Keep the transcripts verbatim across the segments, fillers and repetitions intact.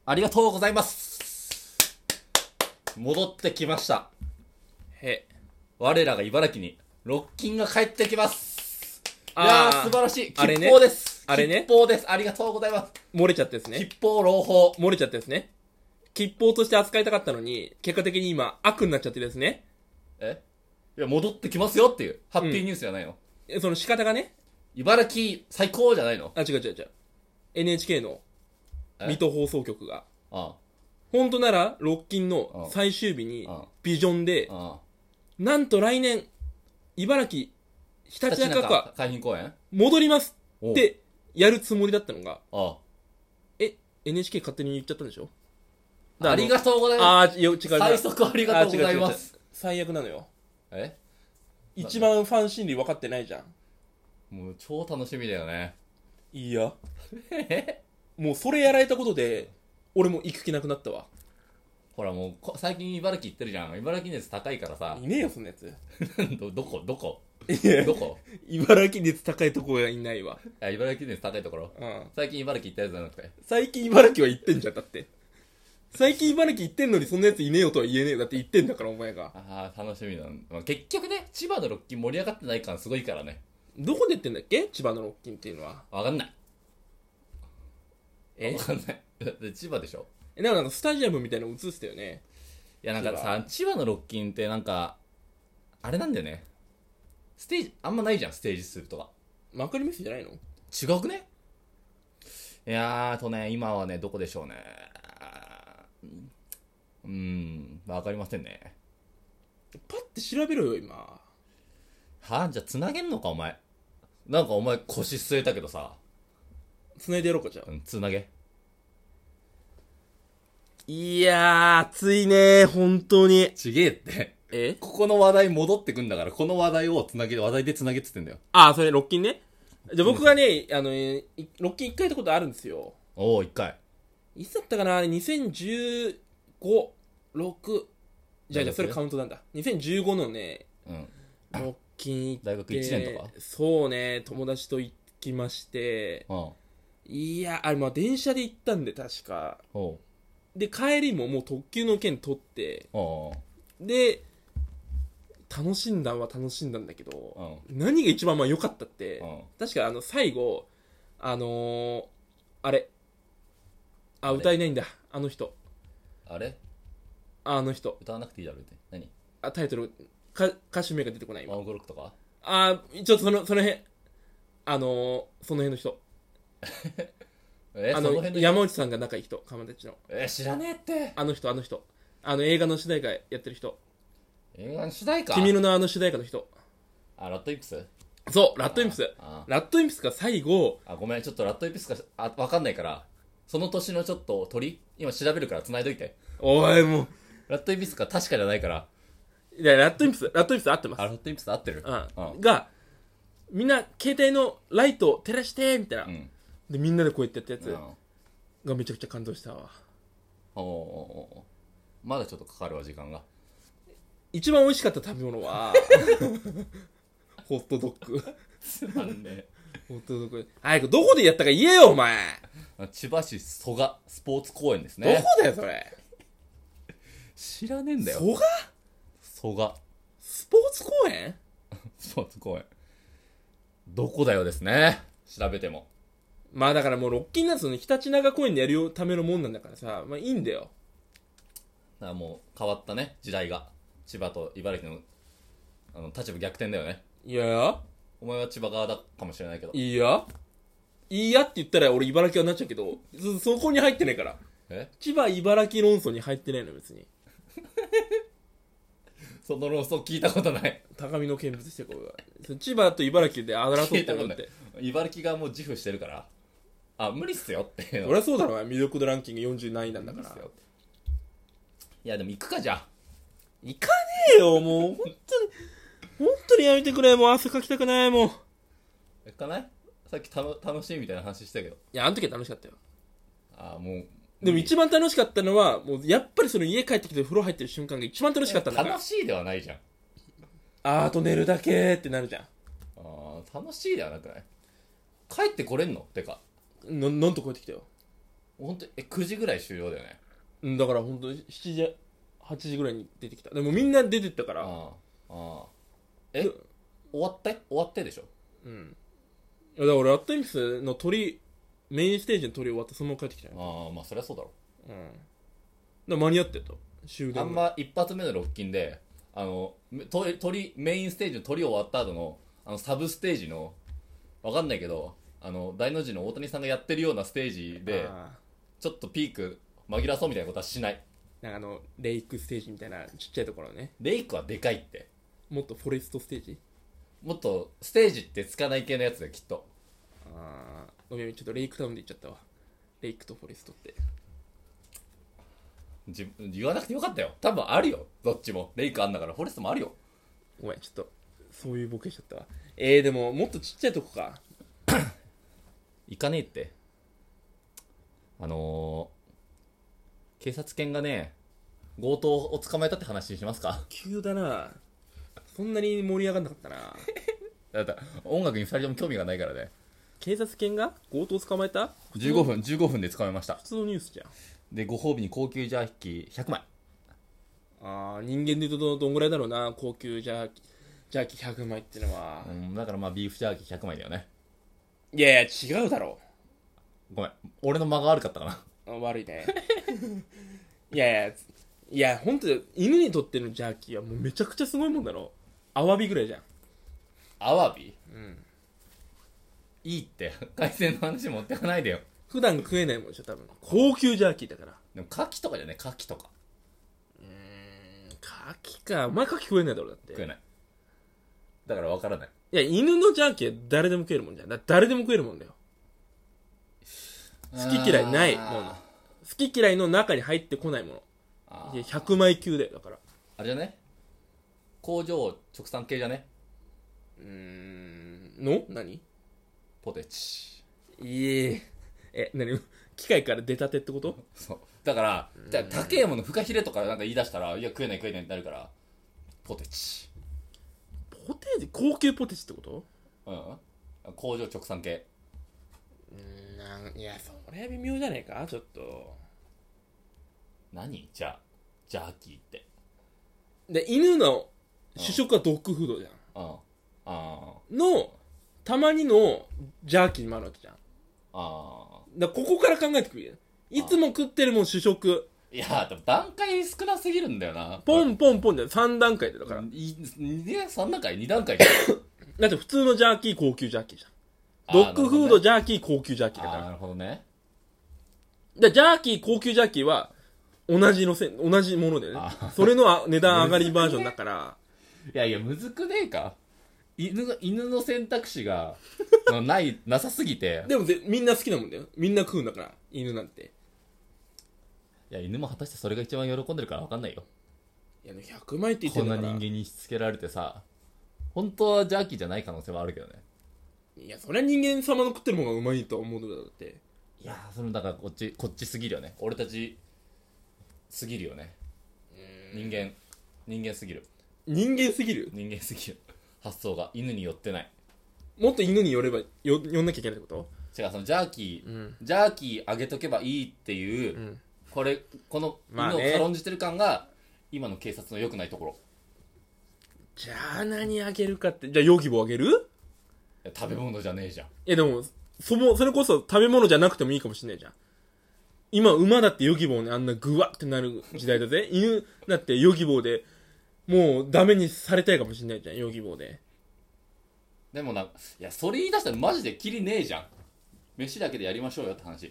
ありがとうございます。戻ってきました。 へ我らが茨城にロッキンが帰ってきます。いあやーー素晴らしい。 あれね吉報です。 あれね吉報です。ありがとうございます。 漏れちゃったですね。 吉報朗報。 漏れちゃったですね。吉報として扱いたかったのに、結果的に今、悪になっちゃってですね。 えいや、戻ってきますよっていう、ハッピーニュースじゃないの、 えその仕方がね、 茨城最高じゃないの。 あ、違う違う違う。エヌエイチケー のえ水戸放送局が、 あ本当なら、ロッキンの最終日にあ、 ビジョンで、 ああなんと来年、茨城、ひたちなか湖は海浜公園戻りますおってやるつもりだったのが、 あえ、エヌエイチケー 勝手に言っちゃったんでしょ。 あありがとうございまあー、よ、違う違う。 す。最速ありがとうございまあー違う違う違うす。 最悪なのよ。 え一番ファン心理分かってないじゃん。 もう超楽しみだよね。 いいや。もうそれやられたことで、俺も行く気なくなったわ。 ほらもうこ最近茨城行ってるじゃん。茨城熱高いからさいねえよ、そんなやつ。 どどこどこいや、 どこ茨城熱高いとこがいないわ。 いや茨城熱高いところ。 うん。 最近茨城行ったやつじゃなくて。 最近茨城は行ってんじゃん、だって。最近茨城行ってんのにそんなやついねえよとは言えねえよ。だって行ってんだからお前が。 ああ楽しみだ、まあ、結局ね千葉のロッキン盛り上がってない感すごいからね。 どこで行ってんだっけ、千葉のロッキンっていうのは。 わかんないえわかんないだって千葉でしょ。 え、なんかなんかスタジアムみたいなの映してたよね。 いやなんかさ千葉のロッキンってなんかあれなんだよね。ステージあんまないじゃん、ステージ数とか。 幕張メッセじゃないの？ 違くね。いやーとね今はねどこでしょうね。うーんわかりませんね。 パッて調べろよ、今。 はあ、じゃあつなげんのかお前。なんかお前腰据えたけどさ、 繋いでやろうか、じゃあ。 うん、つなげ。 いやー、暑いねー、本当に。 ちげえって。 えここの話題戻ってくんだから、この話題をつなげ、話題でつなげっつってんだよ。 あー、それ、ロッキンね。じゃあ僕がね、あの、えーロッキン一回行ったことあるんですよ。 おお、一回。 いつだったかな、あれ、にせんじゅうご、ろく。じゃあ、じゃあそれカウントなんだ。にせんじゅうごのね、 うん。 ロッキン行って。 大学いちねんとかそうね、友達と行きまして。 うん。 いや、あれ、まあ電車で行ったんで、確か。 おう。 で、帰りももう特急の券取って、 おう。 で、楽しんだは楽しんだんだけど、 う何が一番まあ良かったって、 うん。 確かあの最後、あのー、あれ、あ、 あれ歌えないんだ、あの人、 あれあの人、 歌わなくていいだろって。何あ、タイトル、か歌手名が出てこない今。 ワンオクロックとかあ、ちょっとその、その辺、あのー、その辺の人、 えあの、 その辺の山内さんが仲いい人、かまたちの。 え知らねえって。 あの人、あの人。あの映画の主題歌やってる人。 映画の主題歌。 君の名はの主題歌の人。 あ、ラッドイップス。 そう、ラッドインプス。 あラッドインプスが最後、 あ、ごめん、ちょっとラッドイップスかあわかんないから、その年のちょっと鳥今調べるから繋いどいて。 おいもう、 ラッドイップスか確かじゃないから。 いや、ラッドインプス、ラッドインプス合ってます。 あ、ラッドイップス合ってる。 うん。が、みんな、携帯のライトを照らして、みたいな。 うん。 で、みんなでこうやってやったやつうんがめちゃくちゃ感動したわ。 おーおーおーまだちょっとかかるわ時間が。 一番美味しかった食べ物は、ホットドッグ。 つまんねホットドッグ。早く、どこでやったか言えよ、お前。 え。千葉市蘇我スポーツ公園ですどこね。 だよ、それ。 知らねえんだよ。 蘇我蘇我スポーツ公園スポーツ公園。どこだよですね。調べても。 まあだからもう、ロッキンなんつうの、ひたちなか公園でやるためのもんなんだからさ、まあいいんだよ。 だからもう変わったね時代が。千葉と茨城のあの立場逆転だよね。 いやや、 お前は千葉側だかもしれないけど。 いいや、いいやって言ったら俺茨城はなっちゃうけど、そ、そこに入ってないから。 え千葉茨城論争に入ってないの別に。 その論争聞いたことない。 高みの見物してこう、千葉と茨城であだらとってるのって。 茨城がもう自負してるから、あ、無理っすよっていうの。 俺はそうだろ、魅力度ランキングよんじゅう何位なんだから無理っすよって。いやでも行くかじゃあ。 行かねえよ、もう本当に本当にやめてくれ、もう汗かきたくない、もう。 行かない？さっきたの楽しいみたいな話したけど。 いや、あの時は楽しかったよ。 ああもう。 でも一番楽しかったのは、もうやっぱりその家帰ってきて風呂入ってる瞬間が一番楽しかったんだから。 楽しいではないじゃん。 あーと寝るだけってなるじゃん。 ああ楽しいではなくない？帰ってこれんのってか。 な、なんと帰ってきたよ。 ほんとえくじぐらい終了だよね。 うんだから本当しちじはちじぐらいに出てきた。でもみんな出てったから。 ああああえ終わって終わってでしょ。 うんいやだから俺アットエミスの鳥メインステージの鳥終わってそのまま帰ってきたよ。 ああまあそりゃそうだろ。 うんだから間に合ってた終電あんま一発目のロッキンであの鳥鳥メインステージの鳥終わった後のあのサブステージのわかんないけどあの大の字の大谷さんがやってるようなステージであちょっとピーク紛らそうみたいなことはしない。 ーなんかあのレイクステージみたいなちっちゃいところね。 レイクはでかいって。 もっとフォレストステージ。 もっとステージってつかない系のやつできっと。 ああごめんちょっとレイクタウンで行っちゃったわ。レイクとフォレストって自言わなくてよかったよ。多分あるよどっちも。レイクあんだからフォレストもあるよ。 ごめんちょっとそういうボケしちゃったわ。えー、でももっとちっちゃいとこか。 行かねえってあのー、警察犬がね強盗を捕まえたって話にしますか。 急だな。そんなに盛り上がんなかったな。 だって音楽にふたりとも興味がないからね。 警察犬が強盗捕まえた。 じゅうごふんじゅうごふんで捕まえました。 普通のニュースじゃん。 でご褒美に高級ジャーキーひゃくまい。 ああ人間で言うとどんぐらいだろうな。高級ジャーキージャーキーひゃくまいってのは、 うん、だからまあビーフジャーキーひゃくまいだよね。 いやいや違うだろごめん俺の間が悪かったかな。 う。悪いね。いやいやいや本当犬にとってのジャーキーはもうめちゃくちゃすごいもんだろ。アワビぐらいじゃん。 アワビうんいいって海鮮の話持ってかないでよ。 普段食えないもんでしょ多分。高級ジャーキーだから。 でも牡蠣とかじゃね牡蠣とかうーん牡蠣か。お前牡蠣食えないだろだって。 食えない。だから分からない。 いや犬のジャーキーは誰でも食えるもんじゃん。だって誰でも食えるもんだよ。好き嫌いないもの。好き嫌いの中に入ってこないもの。いやひゃくまい級だよだから。 あれじゃね工場直産系じゃねうーんの何ポテチ。 いええ何機械から出たてってこと。 そうだからじゃあ高えものフカヒレとかなんか言い出したらいや食えない食えないってなるからポテチ。 ポテチ高級ポテチってこと。 うん工場直産系。 うーんなんいやそれは微妙じゃねえかちょっと。 何じゃあジャーキーってで犬の主食はドッグフードじゃん。 うんあのたまにのジャーキーもあるわけじゃん。 あだからここから考えてくるよ。いつも食ってるもん主食いやでも段階少なすぎるんだよな。 ポンポンポンでさん段階でだから。 いいさん段階に段階でだって普通のジャーキー高級ジャーキーじゃん。ドッグフードジャーキー高級ジャーキーだから。 あーなるほどね。 でジャーキー高級ジャーキーは同じのせ同じものでね。それの値段上がりバージョンだから。 いやいやむずくねえか。犬が犬の選択肢がないなさすぎて。 でもぜみんな好きなもんだよ。みんな食うんだから犬なんて。 いや犬も果たしてそれが一番喜んでるから分かんないよ。 いやひゃくまいって言ってこんなるんだから。 人間にしつけられてさ本当はジャーキーじゃない可能性はあるけどね。 いやそれは人間様の食ってるものがうまいと思うんだよだって。 いやそれだからこっちこっちすぎるよね。俺たちすぎるよね。人間人間すぎる人間すぎる。 人間すぎる発想が犬に寄ってない。 もっと犬に寄ればよ寄んなきゃいけないってこ違うそのジャーキー、 と。うんジャーキーあげとけばいいっていう、 うんこれこの犬をまあね軽んじてる感が今の警察の良くないところ。 じゃあ何あげるかって。じゃあヨギボーあげる。 いや食べ物じゃねえじゃん。 いやでもそもそれこそ食べ物じゃなくてもいいかもしれないじゃん。今馬だってヨギボーねあんなグワってなる時代だぜ。犬だってヨギボーでもうダメにされたいかもしれないじゃんヨギボーで。 でもないやそれ言い出したらマジでキリねえじゃん。飯だけでやりましょうよって話。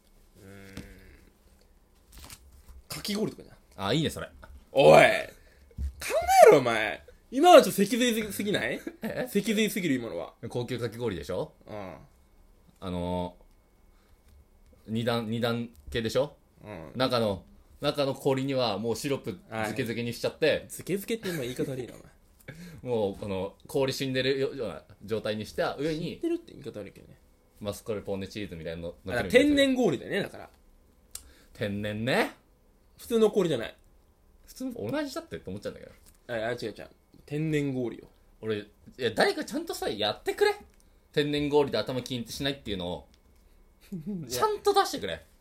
かき氷とかじゃん。 あいいねそれ。 おい考えろお前。今はちょっと脊髄すぎない。 え脊髄すぎる今のは。 高級かき氷でしょ。 うんあのー、二段二段系でしょ。 うん中の中の氷にはもうシロップ漬け漬けにしちゃって、 漬け漬けって今言い方悪いなお前。 もうこの氷死んでるような状態にした上知っにてるって言い方悪いけどね。 マスカルポーネチーズみたいなのだから乗っけるみたいな。 天然氷だよねだから。 天然ね。 普通の氷じゃない。 普通同じだってって思っちゃうんだけど。 ああ違う違う天然氷よ。 俺いや誰かちゃんとさやってくれ。天然氷で頭キーンってしないっていうのをちゃんと出してくれ。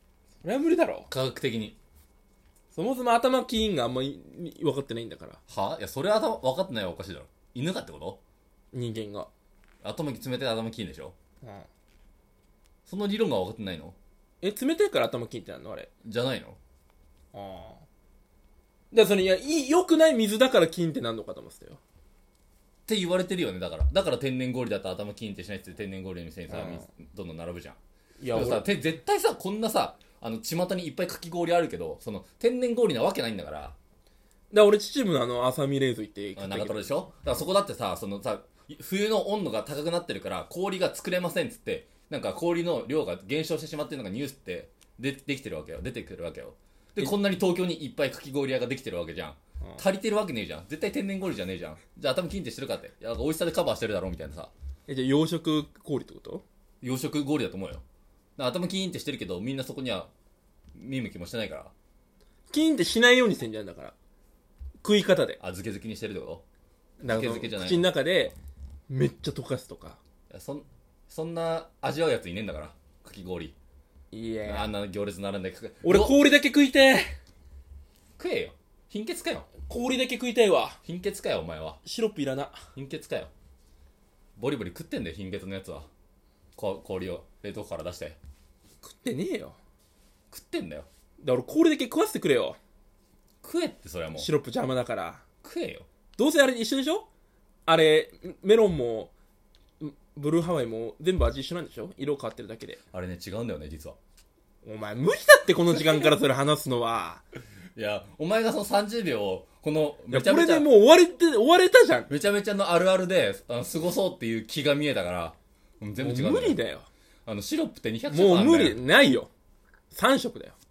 それは無理だろ。 科学的に。 そもそも頭キーンがあんまり分かってないんだから。 はいや、それは頭分かってないはおかしいだろ。犬がってこと？ 人間が。 頭冷たい頭キーンでしょ。 うん。 その理論が分かってないの？ え、冷たいから頭キーンってなるのあれ。 じゃないの？ ああ。だからそれ、いや、いい、良くない水だからキーンってなんのかと思ってたよ。 って言われてるよね。だからだから天然氷だと頭キーンってしないって天然氷の店にさ、 うんどんどん並ぶじゃん。 いや、 でもさ、て絶対さ、こんなさ、あの巷にいっぱいかき氷あるけど、その天然氷なわけないんだから。 だから俺秩父のあの朝見レーズ行ってあ長瀞でしょ。だからそこだってさ、そのさ、冬の温度が高くなってるから氷が作れませんっつって、なんか氷の量が減少してしまってるのがニュースってでできてるわけよ。出てくるわけよ。でこんなに東京にいっぱいかき氷屋ができてるわけじゃん。足りてるわけねえじゃん。絶対天然氷じゃねえじゃん。じゃあ頭キンってしてるかって。いや美味しさでカバーしてるだろみたいなさ。 え、じゃあ養殖氷ってこと？ 養殖氷だと思うよ。だから頭キーンってしてるけどみんなそこには見向きもしてないから。 キーンってしないようにしてんじゃん。だから食い方で。 あ、漬け漬けにしてるってこだから漬け漬けじゃない口の中でめっちゃ溶かすとか。 と？いやそんそんな味わうやついねえんだから。かき氷いやあんな行列並んで俺氷だけ食いて食えよ。貧血かよ。 氷だけ食いたいわ。 貧血かよお前は。 シロップいらな。 貧血かよ。ボリボリ食ってんだよ貧血のやつは。こ氷を冷凍庫から出して食ってねえよ。 食ってんだよ。 だから俺氷だけ食わせてくれよ。 食えってそれはもうシロップ邪魔だから。 食えよ。 どうせあれ一緒でしょ。あれメロンもブルーハワイも全部味一緒なんでしょ。色変わってるだけで。 あれね違うんだよね実は。 お前無理だってこの時間からそれ話すのは。 いやお前がそのさんじゅうびょうをこのいやめちゃめちゃこれでもう終わりって終われたじゃん。 めちゃめちゃのあるあるであの過ごそうっていう気が見えたからうん全部違うんだよ。 もう無理だよ。 あのシロップってにひゃくしょくもうあんだよ。 無理ないよ。さんしょくだよ。